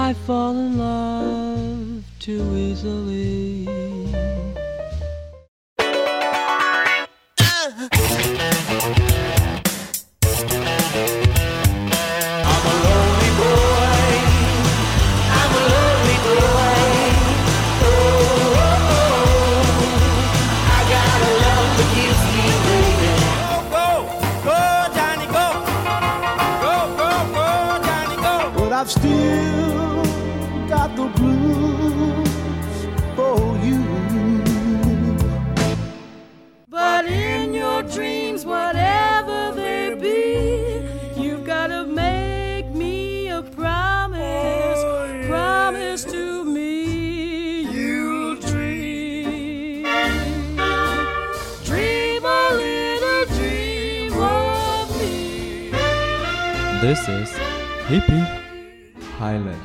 I fall in love too easily. I've still got the blues for you. But in your dreams, whatever they be, you've got to make me a promise. Promise to me you'll dream. Dream a little dream of me. This is Hippie Highland.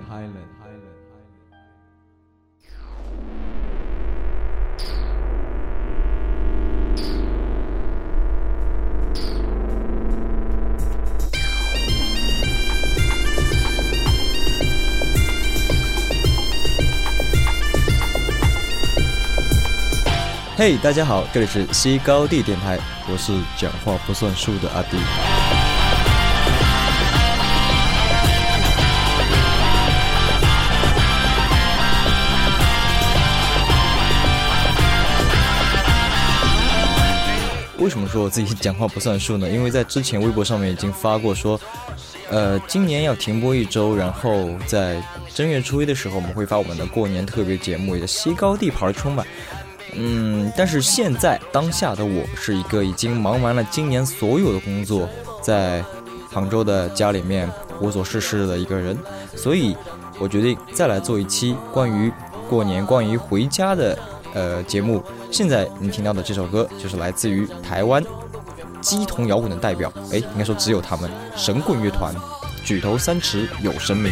嘿，大家好，这里是西高地电台，我是讲话不算数的阿弟。为什么说我自己讲话不算数呢？因为在之前微博上面已经发过说，今年要停播1周，然后在正月初1的时候我们会发我们的过年特别节目，也是西高地牌春晚。但是现在当下的我是一个已经忙完了今年所有的工作，在杭州的家里面无所事事的一个人，所以我决定再来做一期关于过年、关于回家的节目。现在你听到的这首歌就是来自于台湾鸡同摇滚的代表，应该说只有他们，神棍乐团，举头三尺有神明。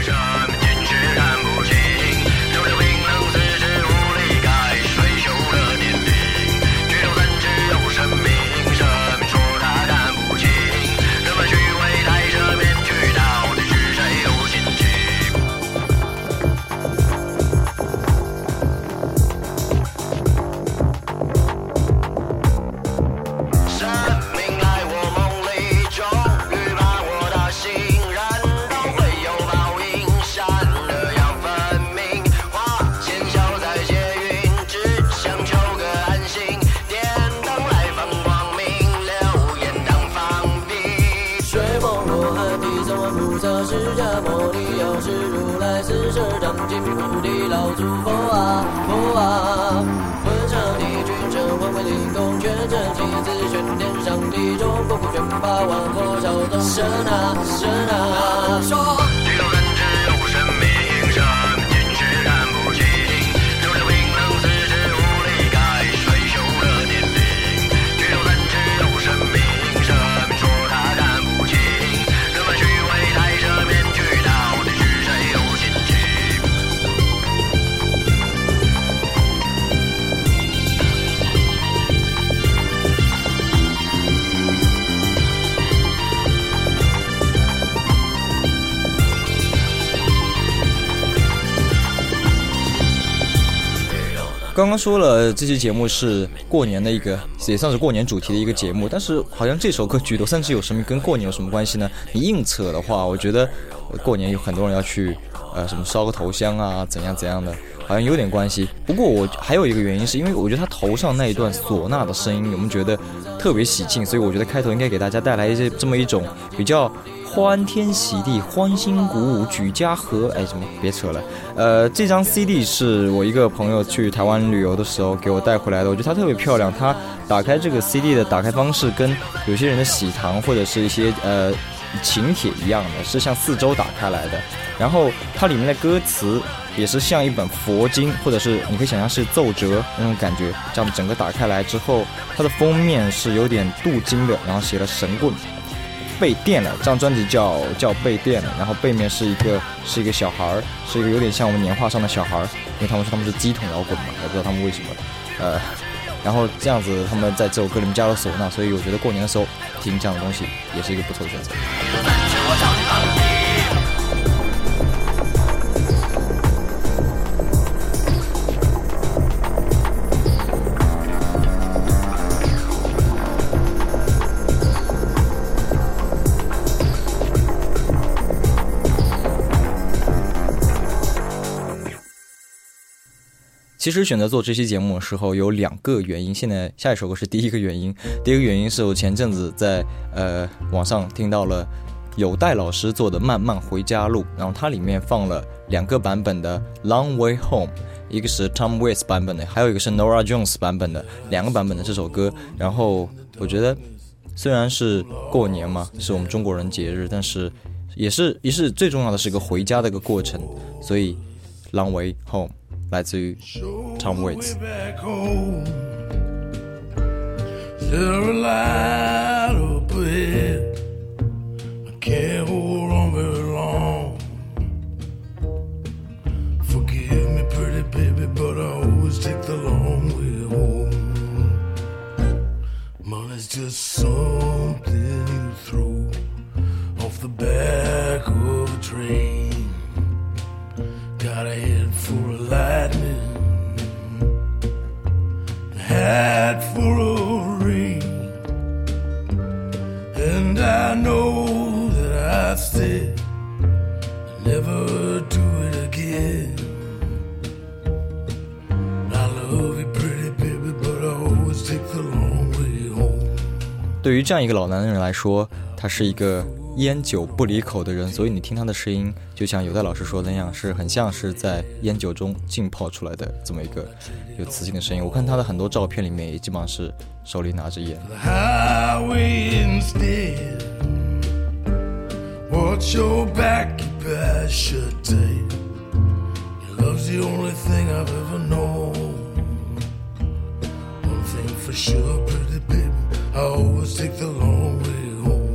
刚刚说了，这期节目是过年的一个，也算是过年主题的一个节目，但是好像这首歌举头三尺有神明跟过年有什么关系呢？你硬扯的话，我觉得过年有很多人要去什么烧个头香啊，怎样怎样的，好像有点关系。不过我还有一个原因，是因为我觉得他头上那一段唢呐的声音，我们觉得特别喜庆，所以我觉得开头应该给大家带来这么一种比较欢天喜地、欢欣鼓舞、举家和，什么别扯了。这张 CD 是我一个朋友去台湾旅游的时候给我带回来的，我觉得它特别漂亮。它打开这个 CD 的打开方式跟有些人的喜糖或者是一些请帖一样的，是向四周打开来的。然后它里面的歌词也是像一本佛经，或者是你可以想象是奏折那种感觉。这样整个打开来之后，它的封面是有点镀金的，然后写了神棍。被电了，这张专辑叫被电了，然后背面是一个小孩，是一个有点像我们年画上的小孩，因为他们说他们是鸡同摇滚嘛，我不知道他们为什么，然后这样子他们在这首歌里面加了唢呐，所以我觉得过年的时候听这样的东西也是一个不错的选择。 其实选择做这期节目的时候有2个原因，现在下一首歌是第一个原因。第一个原因是我前阵子在网上听到了有戴老师做的《慢慢回家路》，然后它里面放了2个版本的 Long Way Home， 一个是 Tom Waits 版本的，还有一个是 Norah Jones 版本的，2个版本的这首歌。然后我觉得虽然是过年嘛，是我们中国人节日，但是也是最重要的是一个回家的一个过程，所以 Long Way Home 来自于 Tom Waits。 Can't hold on very long. Forgive me, pretty baby, but I always take the long way home. Money's just something you throw off the back of a train. Got a head full of lightning, a hat full of rain, and I know I said I'd never do it again. I love you, pretty baby, but I always take the long way home. 对于这样一个老男人来说，他是一个烟酒不离口的人，所以你听他的声音，就像有戴老师说的那样，是很像是在烟酒中浸泡出来的这么一个有磁性的声音。我看他的很多照片里面，也基本上是手里拿着烟。 Watch your back, keep your eyes shut tight. Your love's the only thing I've ever known. One thing for sure, pretty baby, I always take the long way home.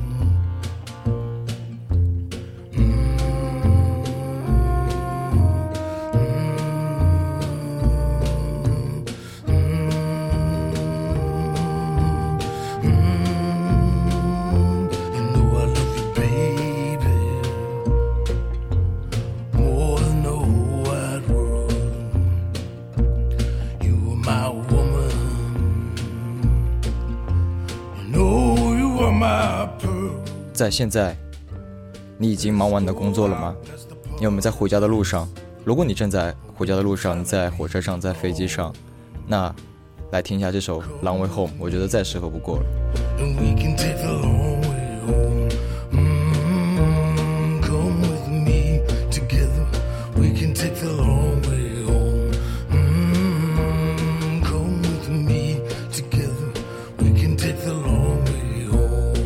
my pearl. 在现在，你已经忙完你的工作了吗？你有没有在回家的路上？如果你正在回家的路上，你在火车上，在飞机上，那来听一下这首《Long Way Home》，我觉得再适合不过了。 And we can take the long way home. Come with me together. We can take the long way home. Come with me together. We can take the long way home.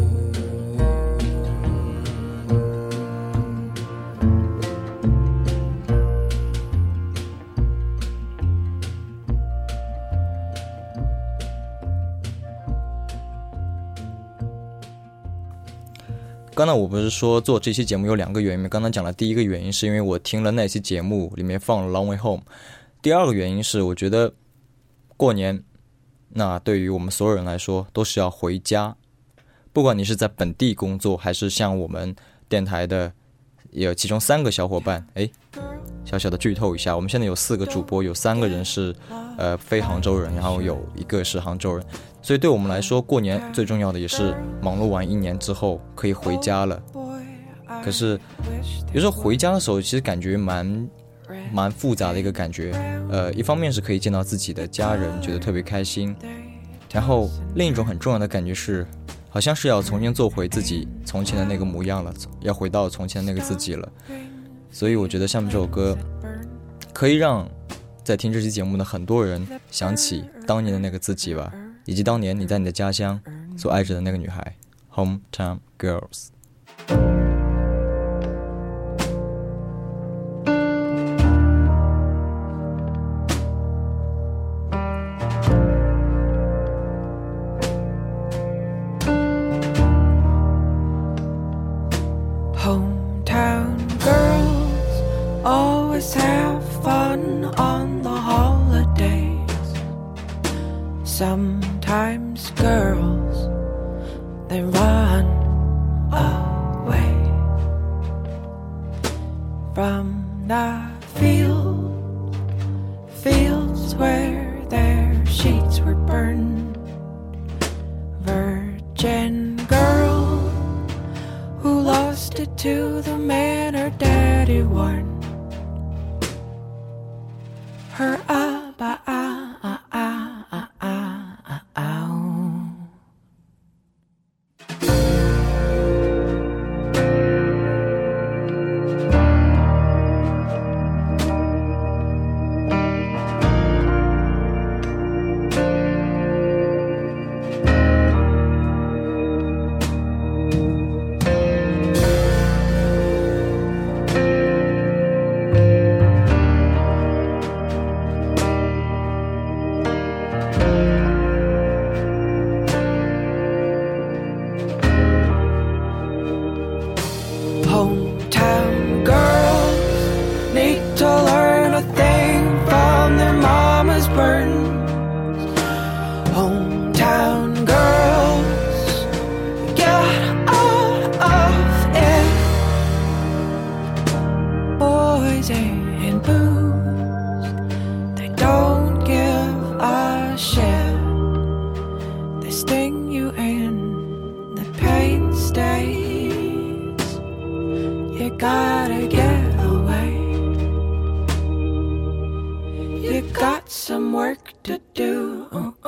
刚才我不是说做这期节目有2个原因吗？刚才讲了第一个原因是因为我听了那期节目里面放了 Long Way Home， 第二个原因是我觉得过年那对于我们所有人来说都是要回家，不管你是在本地工作还是像我们电台的有其中3个小伙伴，小小的剧透一下，我们现在有4个主播，有3个人是非杭州人，然后有1个是杭州人，所以对我们来说过年最重要的也是忙碌完1年之后可以回家了。可是有时候回家的时候其实感觉蛮复杂的一个感觉，一方面是可以见到自己的家人，觉得特别开心，然后另一种很重要的感觉是好像是要重新做回自己从前的那个模样了，要回到从前的那个自己了。所以我觉得下面这首歌可以让在听这期节目的很多人想起当年的那个自己吧，以及当年你在你的家乡所爱着的那个女孩 Hometown Girls。 Hometown girls always have fun on the holidays. Sometimes girls, they run away from the fields where their sheets were burned. Virgin girl who lost it to the man her daddy warned. her up. Hometown girls need to learn a thing from their mama's burdens. Hometown girls get out of it. Boys and booze, they don't give a shit. They sting you in the pain stays. You gotta get away. You got some work to do.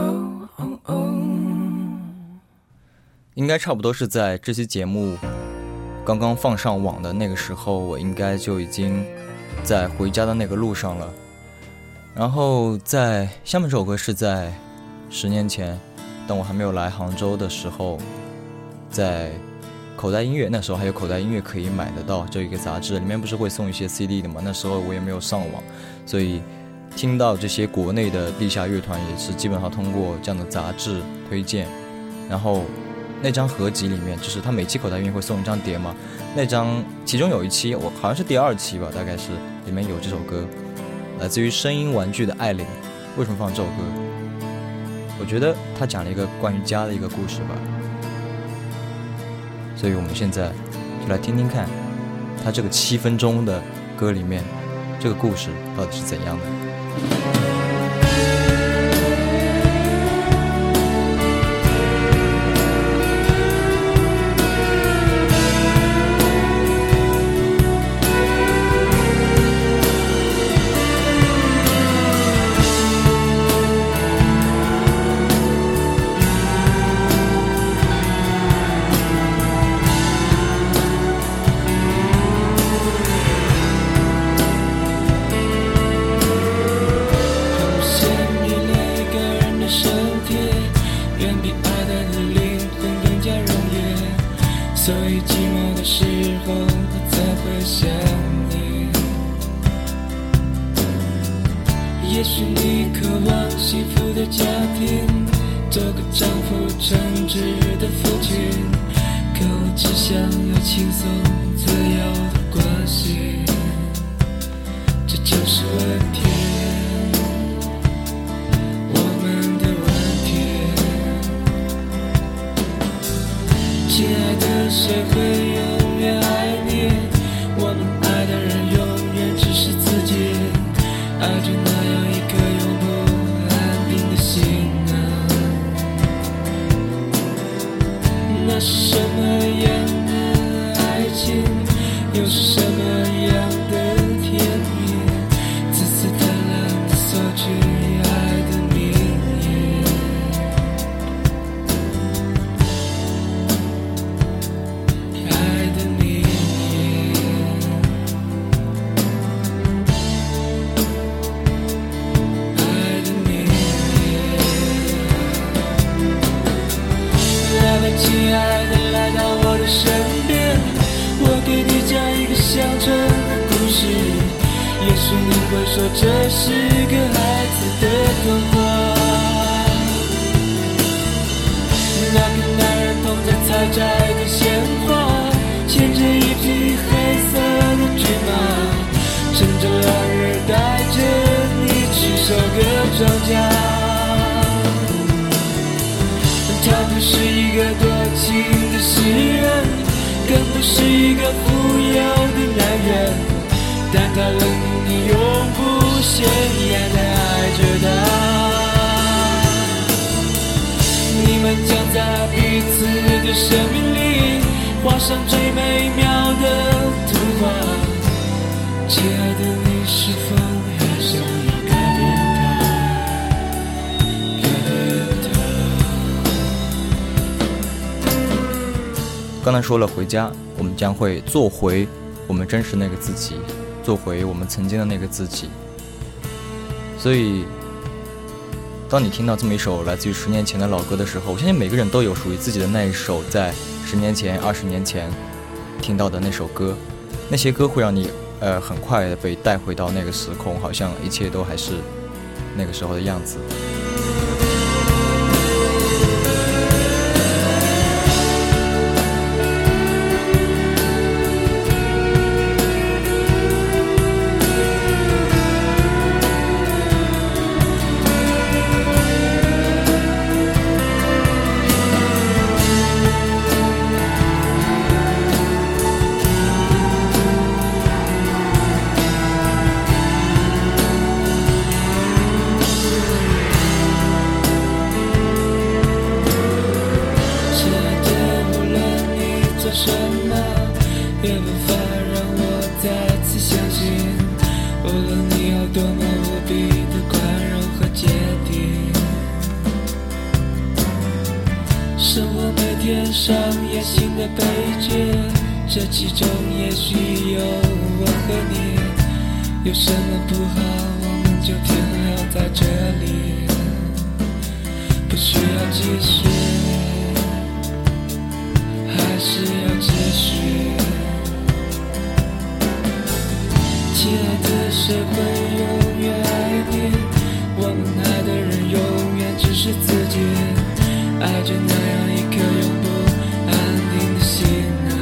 Oh. 应该差不多是在这期节目刚刚放上网的那个时候，我应该就已经在回家的那个路上了。然后在下面这首歌是在10年前，当我还没有来杭州的时候，在口袋音乐，那时候还有口袋音乐可以买得到，这一个杂志里面不是会送一些 CD 的嘛？那时候我也没有上网，所以听到这些国内的地下乐团也是基本上通过这样的杂志推荐。然后那张合集里面，就是他每期口袋音乐会送一张碟嘛，那张其中有一期我好像是第2期吧，大概是里面有这首歌，来自于声音玩具的艾琳。为什么放这首歌？我觉得他讲了一个关于家的一个故事吧。所以我们现在就来听听看他这个7分钟的歌里面这个故事到底是怎样的。 所以寂寞的时候我才会想你。也许你渴望幸福的家庭，做个丈夫称职的父亲，可我只想要轻松自由的关系。这就是问题，我们的问题。亲爱的，谁会永远爱你？我们爱的人永远只是自己，爱着那样一颗永不安定的心啊。那是什么样的爱情？又是什么样的甜蜜？自私贪婪的索取爱的名义。亲爱的，来到我的身边，我给你讲一个乡村的故事。也许你会说这是个孩子的童话。那个男人捧着采摘的鲜花，牵着一匹黑色的骏马，趁着落日带着你去收割庄稼。他不是一个多情的诗人，更不是一个富有的男人，但他冷你永不显眼的爱着他。你们将在彼此的生命里画上最美妙的图画。亲爱的，你是否还想要改变？ 刚才说了，回家我们将会做回我们真实那个自己，做回我们曾经的那个自己。所以当你听到这么一首来自于10年前的老歌的时候，我相信每个人都有属于自己的那一首在10年前、20年前听到的那首歌。那些歌会让你很快的被带回到那个时空，好像一切都还是那个时候的样子。 生活每天上演新的悲剧，这其中也许有我和你。有什么不好，我们就停留在这里，不需要继续，还是要继续。亲爱的，谁会永远爱你？我们爱的人永远只是自己，爱着那样一颗永不安定的心啊。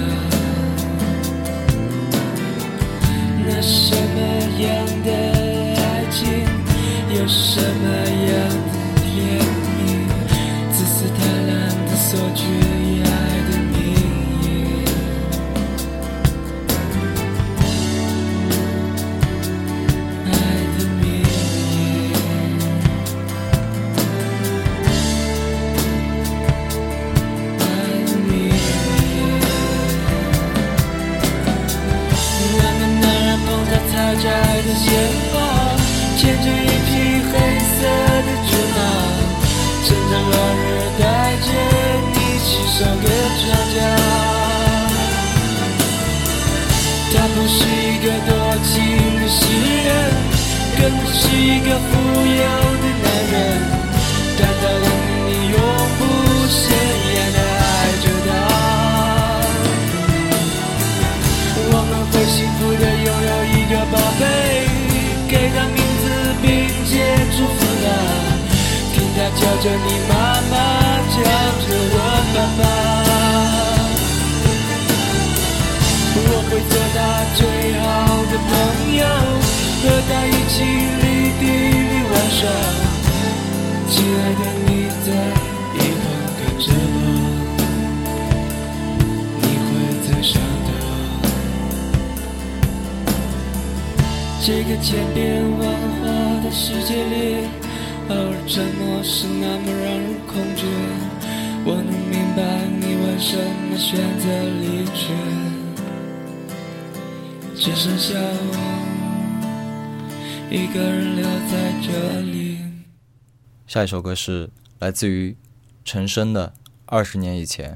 那什么样的爱情，有什么样的甜蜜，自私贪婪的索取以爱的名义，爱的名义，爱的名义。外面男人捧着采摘的鲜花，牵着一匹黑色的骏马，趁着落日带着你亲手的庄稼。他不是一个多情的诗人，更不是一个富有的男人，但他让你永不显眼的爱着他。我们会幸福的拥有一个宝贝，给他名字并且祝福他，听他叫着你妈妈，叫着我爸爸。我会做他最好的朋友，和他一起离地里玩耍。亲爱的，你在一旁看着我，你会最想他。这个千变万化的世界里，偶尔沉默是那么让人恐惧。我能明白你为什么选择离去，只剩下我一个人留在这里。 下一首歌是来自于陈升的20年以前。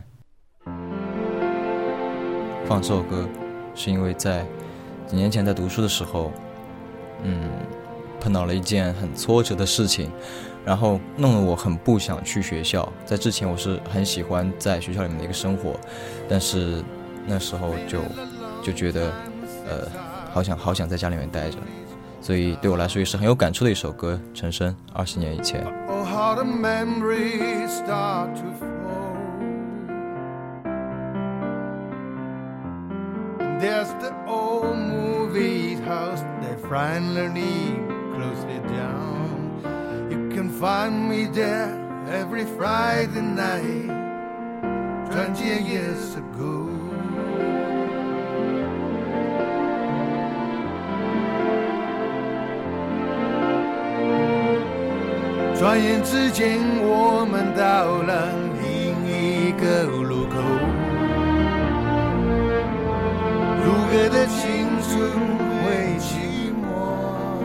放这首歌是因为在几年前在读书的时候碰到了一件很挫折的事情，然后弄得我很不想去学校。在之前我是很喜欢在学校里面的一个生活，但是那时候就觉得好想在家里面待着，所以对我来说也是很有感触的一首歌。陈升20年以前。 Oh, how the memories start to flow. And there's the old movie house that finally closed it down. You can find me there every Friday night 20 years ago.转眼之间，我们到了另一个路口。如歌的青春会寂寞，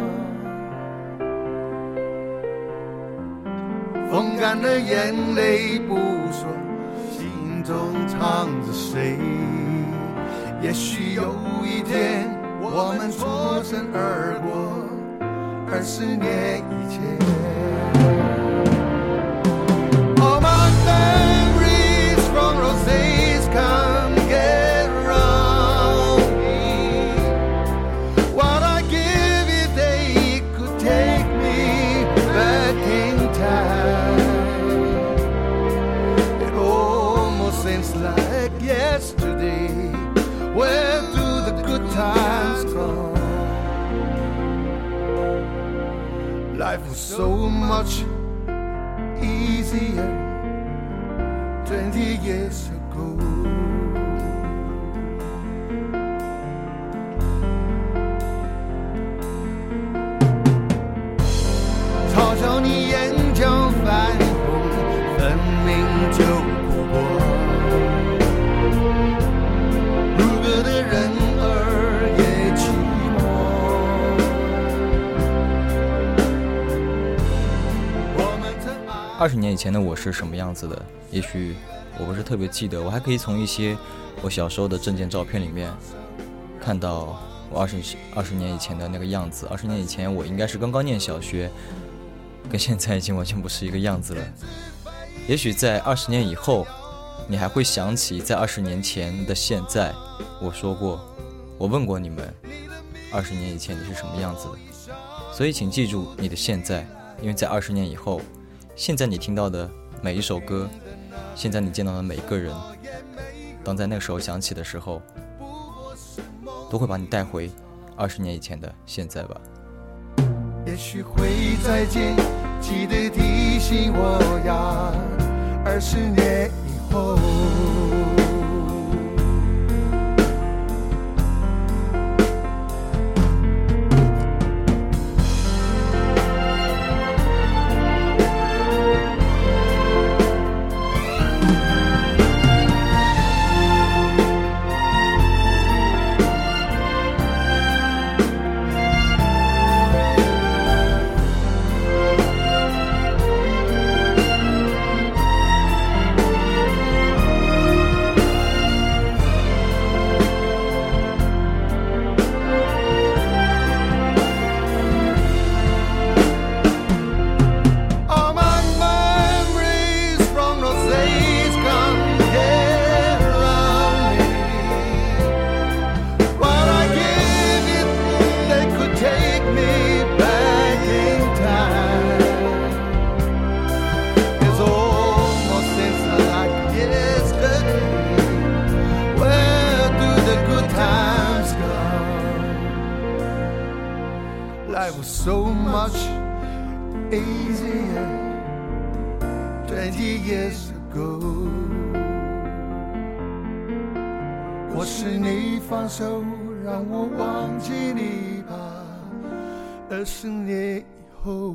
风干的眼泪不说，心中唱着谁，也许有一天我们错身而过，20年以前。All my memories from those days come get around me. What I give if they could take me back in time. It almost seems like yesterday. Where do the good times come? Life was so much easier 20 years ago. 嘲笑你眼角泛红，分明就不过如歌的人儿也寂寞。我们曾爱 20年以前的我是什么样子的？也许我不是特别记得，我还可以从一些我小时候的证件照片里面看到我20年以前的那个样子。20年以前我应该是刚刚念小学，跟现在已经完全不是一个样子了。也许在20年以后，你还会想起在20年前的现在。我说过，我问过你们，20年以前你是什么样子的？所以请记住你的现在，因为在20年以后，现在你听到的每一首歌，现在你见到的每一个人，当在那个时候想起的时候，都会把你带回20年以前的现在吧。 也许会再见，记得提醒我呀，20年以后。Life was so much easier 20 years ago. 或是你放手让我忘记你吧，20年以后。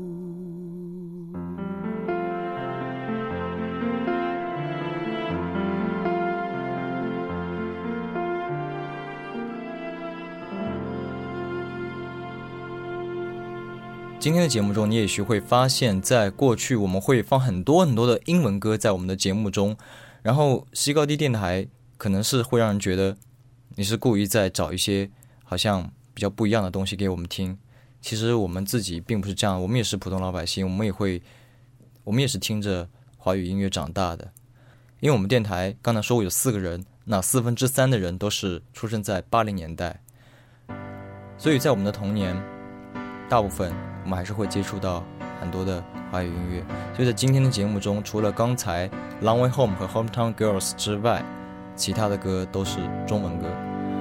今天的节目中，你也许会发现，在过去我们会放很多很多的英文歌在我们的节目中，然后西高地电台可能是会让人觉得你是故意在找一些好像比较不一样的东西给我们听。其实我们自己并不是这样，我们也是普通老百姓，我们也是听着华语音乐长大的。因为我们电台刚才说过有4个人，那3/4的人都是出生在80年代，所以在我们的童年，大部分我们还是会接触到很多的华语音乐。所以在今天的节目中，除了刚才 Long Way Home 和 Hometown Girls 之外，其他的歌都是中文歌。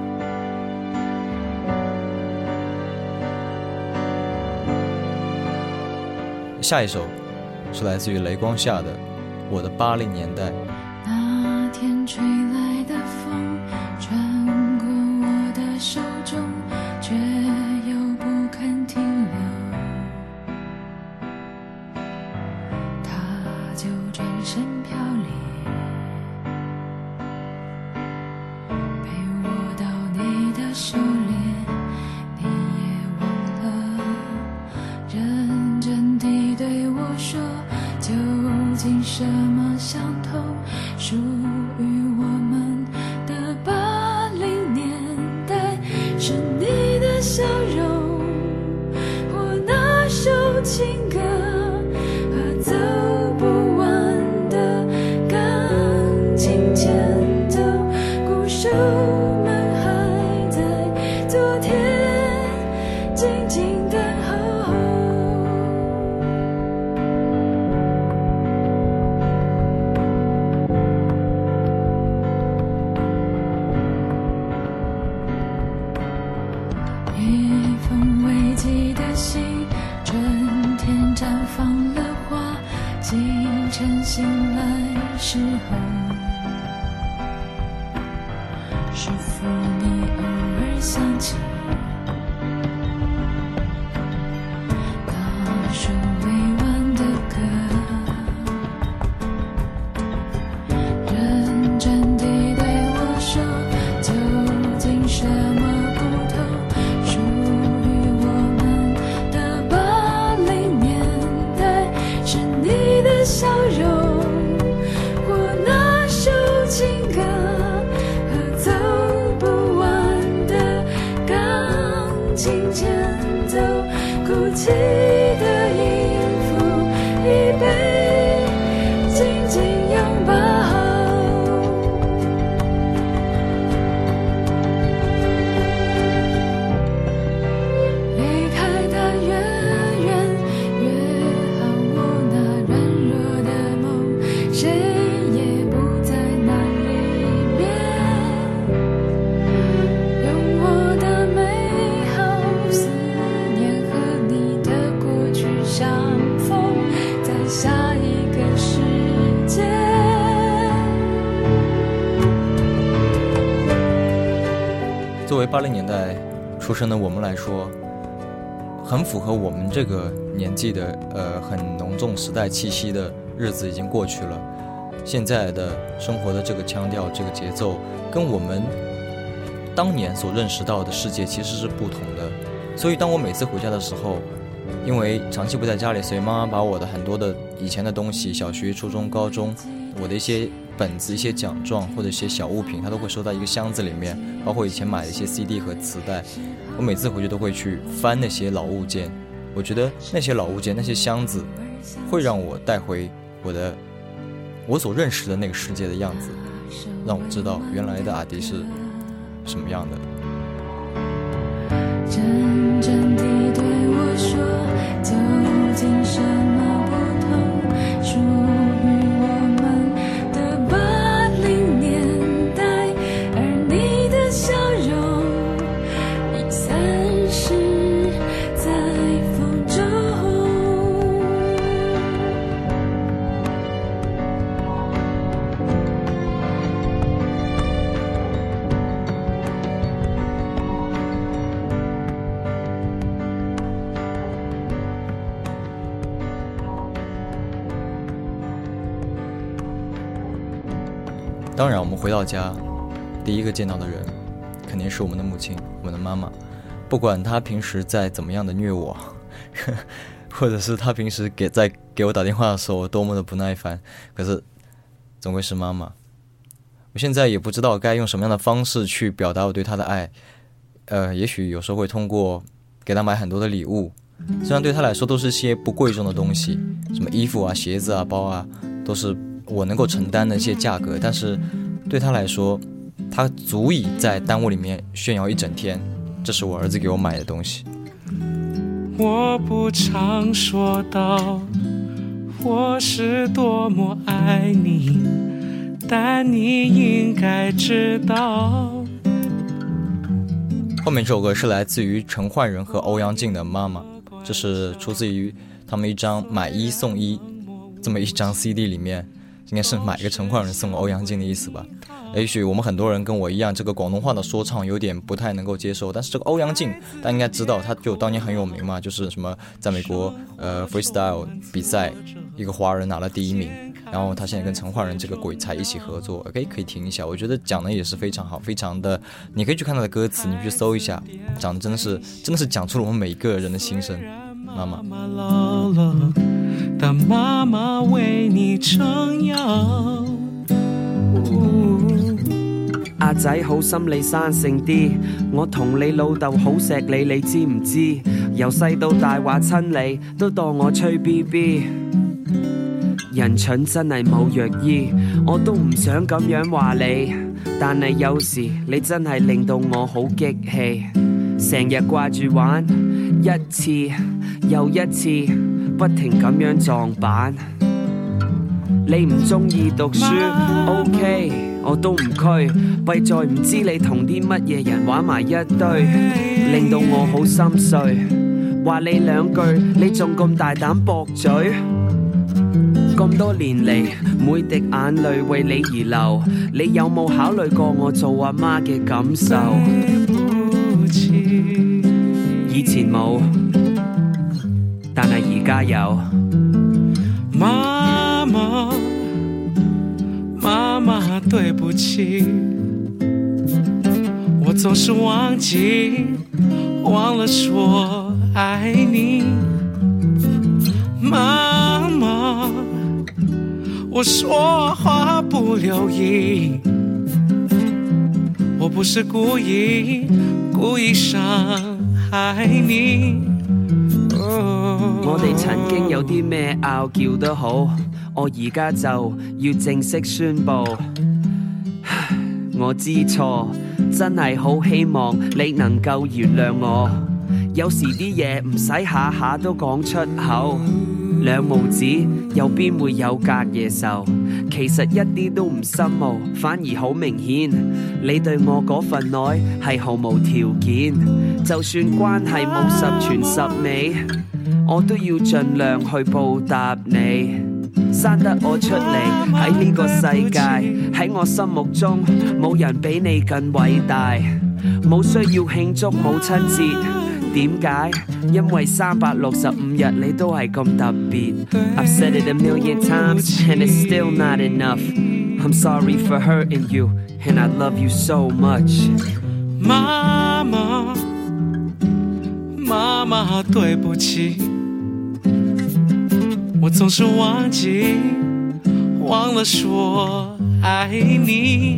下一首是来自于雷光下的《我的80年代》。 那天吹来的风穿过我的手中，却又不肯停留，它就转身飘离，陪我到你的手里，你也忘了认真地对我说，究竟什么相同，属惜，春天绽放了花，清晨醒来时候，是否你偶尔想起那首未完的歌，认真地对我说，究竟什么不同，属于我们的80年代，是你的笑容，或那首情歌，和走不完的钢琴前奏，哭泣的音符已被紧紧拥抱。离开它越远越好，我那软弱的梦，谁也不在那里面。用我的美好思念和你的过去相逢，在下一个世界。 作为80年代出生的我们来说，很符合我们这个年纪的很浓重时代气息的日子已经过去了。现在的生活的这个腔调，这个节奏，跟我们当年所认识到的世界其实是不同的。所以当我每次回家的时候，因为长期不在家里，所以妈妈把我的很多的以前的东西，小学、初中、高中，我的一些本子、一些奖状或者一些小物品，她都会收到一个箱子里面，包括以前买的一些 CD 和磁带。我每次回去都会去翻那些老物件，我觉得那些老物件、那些箱子会让我带回我所认识的那个世界的样子，让我知道原来的阿迪是什么样的。 真正地对我说，究竟什么不同，属于我们的80年代，而你的笑容已散失在风中。 当然我们回到家第一个见到的人肯定是我们的母亲，我们的妈妈。不管她平时在怎么样的虐我或者是她平时在给我打电话的时候多么的不耐烦，可是总归是妈妈。我现在也不知道该用什么样的方式去表达我对她的爱，也许有时候会通过给她买很多的礼物，虽然对她来说都是些不贵重的东西，什么衣服啊、鞋子啊、包啊，都是我能够承担的一些价格，但是对她来说，她足以在单位里面炫耀一整天，这是我儿子给我买的东西。 我不常说到我是多么爱你，但你应该知道。 后面这首歌是来自于陈奂仁和欧阳靖的《妈妈》，这是出自于他们一张买一送一这么一张 CD 里面，应该是买个陈奂仁送个欧阳靖的意思吧。也许我们很多人跟我一样，这个广东话的说唱有点不太能够接受，但是这个欧阳靖大家应该知道，他就当年很有名嘛，就是什么在美国freestyle 比赛一个华人拿了第1名，然后他现在跟陈奂仁这个鬼才一起合作，可以听一下，我觉得讲的也是非常好，非常的，你可以去看他的歌词，你去搜一下，讲的真的是讲出了我们每一个人的心声。妈妈老了，但妈妈为你撑腰。 阿仔好心你生性啲，我同你老豆好錫你，你知唔知？由細到大話親你，都當我吹 BB。人蠢真係冇藥醫，我都唔想咁樣話你，但係有時你真係令到我好激氣，成日掛住玩，一次又一次，不停咁樣撞板。你唔中意讀書 ，OK， 我都唔拘，弊在唔知你同啲乜嘢人玩埋一堆，令到我好心碎。 話你兩句，你仲咁大膽駁嘴？咁多年嚟，每滴眼淚為你而流，你有冇考慮過我做阿媽嘅感受？以前冇，但係而家有。 媽媽，媽媽，對不起，我總是忘了說愛你。媽媽，我說話不留意，我不是故意傷害你。 我哋曾經有啲咩拗撬都好，我而家就要正式宣佈，我知錯，真係好希望你能夠原諒我。有時啲嘢唔使下下都講出口，兩毫子又邊會有隔夜仇？其實一啲都唔深奧，反而好明顯，你對我嗰份愛係毫無條件，就算關係冇十全十美，我都要盡量去報答你。生得我出嚟喺呢個世界，喺我心目中冇人比你更偉大，冇需要慶祝母親節。點解？因為365日你都係咁特別。I've said it a million times and it's still not enough. I'm sorry for hurting you and I love you so much. 媽媽，媽媽，對不起，我總是忘了說愛你。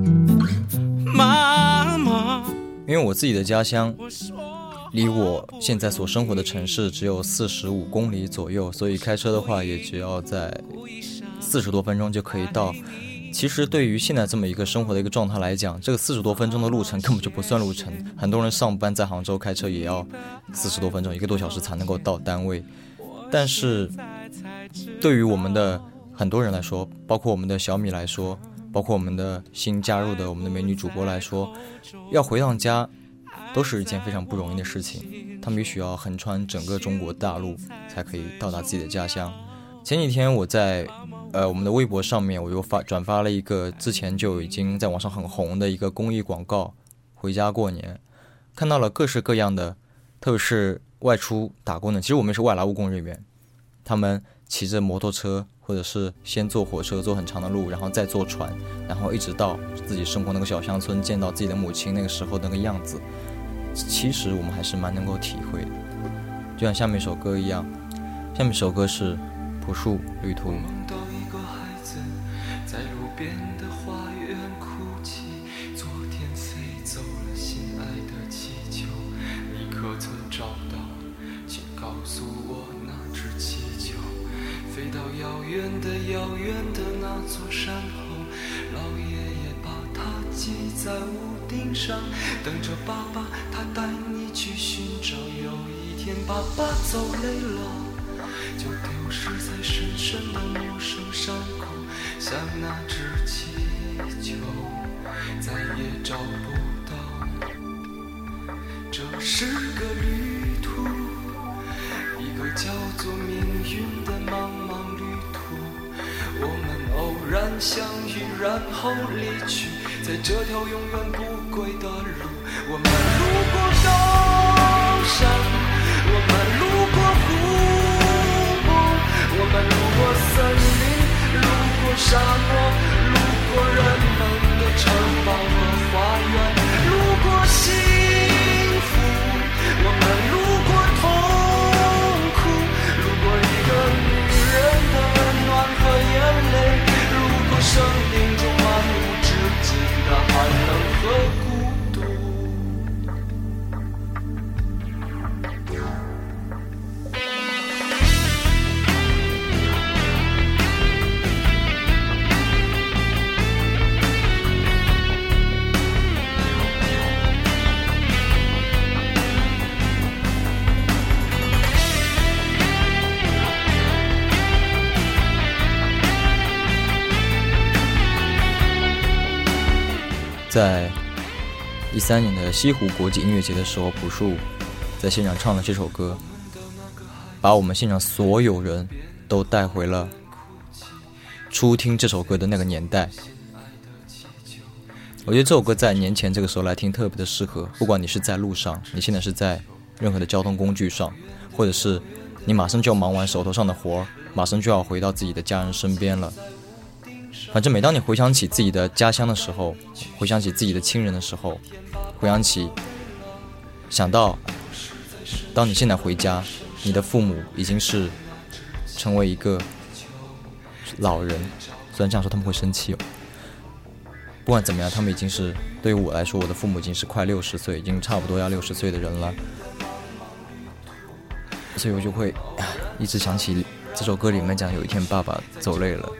媽媽， 因為我自己的家鄉離我現在所生活的城市只有45公里左右，所以開車的話也只要在40多分鐘就可以到。其實對於現在這麼一個生活的一個狀態來講，這個40多分鐘的路程根本就不算路程，很多人上班在杭州開車也要40多分鐘，1個多小時才能夠到單位。但是對於我們的很多人來說，包括我們的小米來說，包括我們的新加入的我們的美女主播來說，要回趟家都是一件非常不容易的事情，他們必須要橫穿整個中國大陸才可以到達自己的家鄉。前幾天我在我們的微博上面，我又轉發了一個之前就已經在網上很紅的一個公益廣告，回家過年，看到了各式各樣的，特別是外出打工的，其實我們是外來務工人員，他們騎着摩托車或者是先坐火車坐很長的路，然後再坐船，然後一直到自己生活那個小鄉村，見到自己的母親那個時候那個樣子，其實我們還是蠻能夠體會的。就像下面一首歌一樣，下面一首歌是朴樹旅途。 梦到一个孩子在路边的花园哭泣，昨天飞走了心爱的气球，你可曾找到？请告诉我那只气球飞到遥远的那座山后，老爷爷把它系在屋顶上，等着爸爸他带你去寻找。有一天爸爸走累了，就丢失在深深的陌生山口，像那只气球再也找不到。这是个旅途，一个叫做命运的茫茫旅途，我们偶然相遇，然后离去，在这条永远不归的路。我们路过高山，我们路过湖泊，我们路过森林，路过沙漠，路过人们的城堡和花园，路过幸福，我们路过痛苦，路过一个女人的温暖和眼泪，路过生命中漫无止境的寒冷和孤独。 在13年的西湖国际音樂節的時候，朴樹在現場唱了這首歌， 把我们现场所有人都带回了初听这首歌的那个年代。我觉得这首歌在年前这个时候来听特别的适合，不管你是在路上，你现在是在任何的交通工具上，或者是你马上就要忙完手头上的活，马上就要回到自己的家人身边了。反正每当你回想起自己的家乡的时候，回想起自己的亲人的时候，想到当你现在回家，你的父母已经是成为一个老人，虽然这样说他们会生气哦。不管怎么样，他们已经是，对于我来说，我的父母已经是快60岁，已经差不多要60岁的人了，所以我就会一直想起这首歌里面讲有一天爸爸走累了。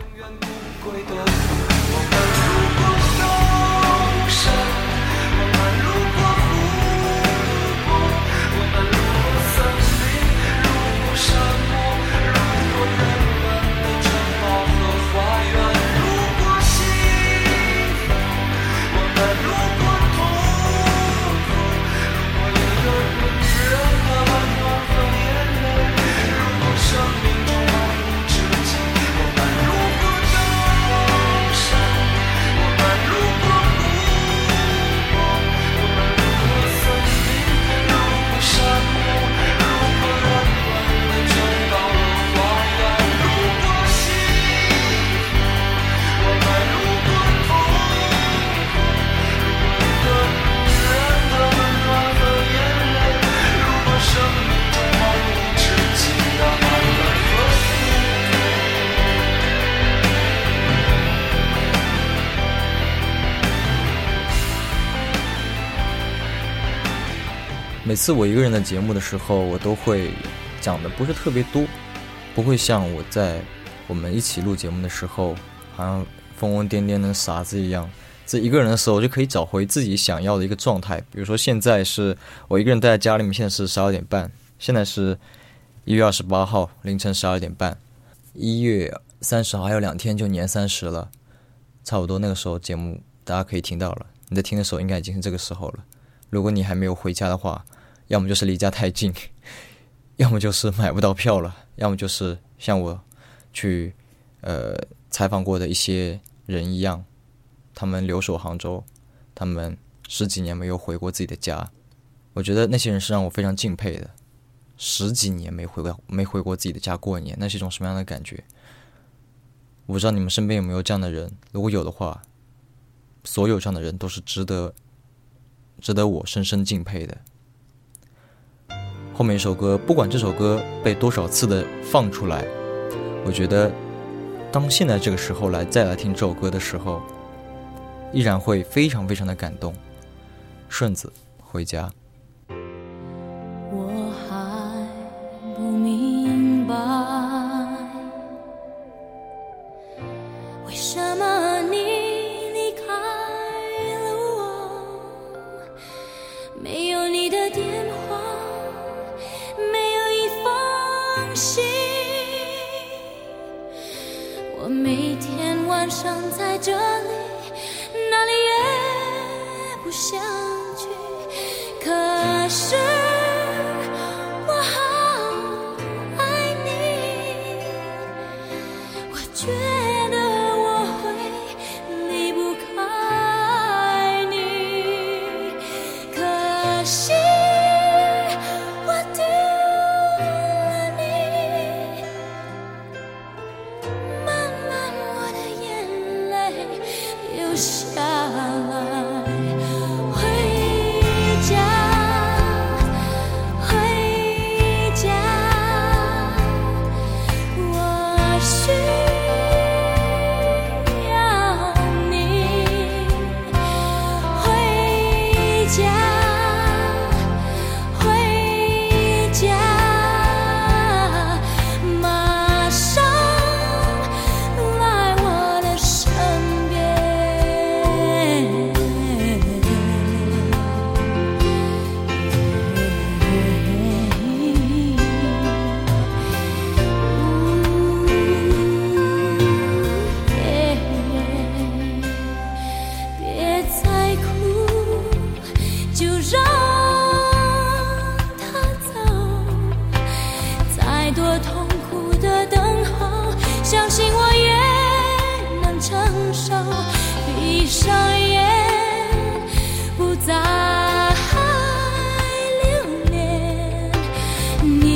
每次我一个人的节目的时候，我都会讲的不是特别多，不会像我们一起录节目的时候，好像疯疯癫癫的傻子一样。自己一个人的时候，我就可以找回自己想要的一个状态。比如说现在是我一个人待在家里面，现在是12点半，现在是1月28号凌晨12点半，1月30号还有2天就年30了，差不多那个时候节目大家可以听到了。你在听的时候应该已经是这个时候了。如果你还没有回家的话，要么就是离家太近，要么就是买不到票了，要么就是像我去采访过的一些人一样，他们留守杭州，他们10几年没有回过自己的家。我觉得那些人是让我非常敬佩的，10几年没回过自己的家过年，那是一种什么样的感觉？我不知道你们身边有没有这样的人，如果有的话，所有这样的人都是值得我深深敬佩的。后面一首歌，不管这首歌被多少次的放出来，我觉得当现在这个时候再来听这首歌的时候，依然会非常非常的感动。顺子回家。 我还不明白，为什么你离开了我，没有你的电话，没有一封信，我每天晚上在这里，哪里也不想去，可是我好爱你，我觉得我会离不开你，可惜我丢了你，慢慢我的眼泪流下来，回家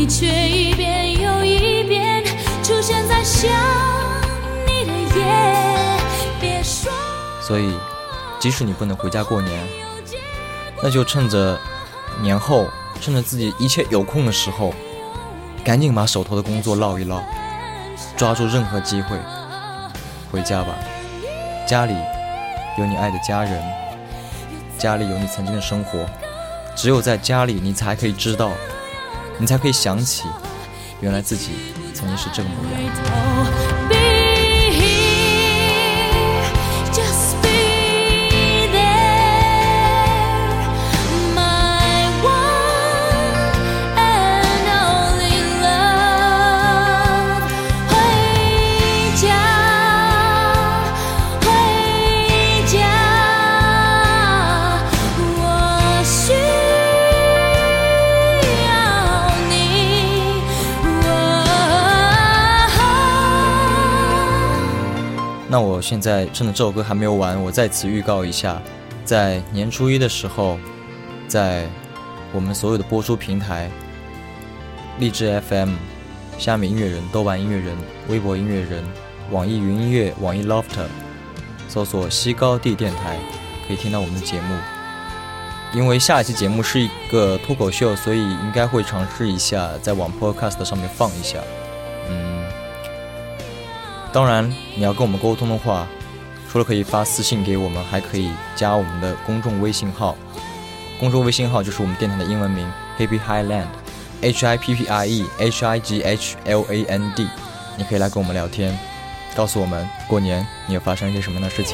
却一遍又一遍出现在想你的夜。别说， 所以即使你不能回家过年，那就趁着年后，趁着自己一切有空的时候，赶紧把手头的工作唠一唠，抓住任何机会回家吧。家里有你爱的家人，家里有你曾经的生活，只有在家里你才可以知道，你才可以想起原来自己曾经是这个模样。那我现在趁着这首歌还没有完，我再次预告一下，在年初一的时候，在我们所有的播出平台，荔枝 FM、虾米音乐人、豆瓣音乐人、微博音乐人、网易云音乐、网易 Lofter 搜索西高地电台，可以听到我们的节目。因为下一期节目是一个脱口秀，所以应该会尝试一下在网 Podcast 上面放一下。当然你要跟我们沟通的话，除了可以发私信给我们，还可以加我们的公众微信号。公众微信号就是我们电台的英文名 Hippie Highland HIPPIE HIGHLAND。 你可以来跟我们聊天，告诉我们过年你有发生一些什么样的事情。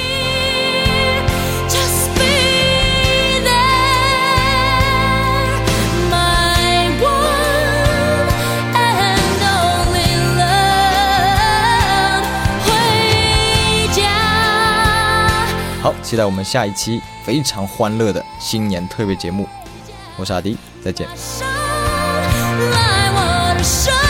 好，期待我们下一期非常欢乐的新年特别节目。我是阿迪，再见。 来我的手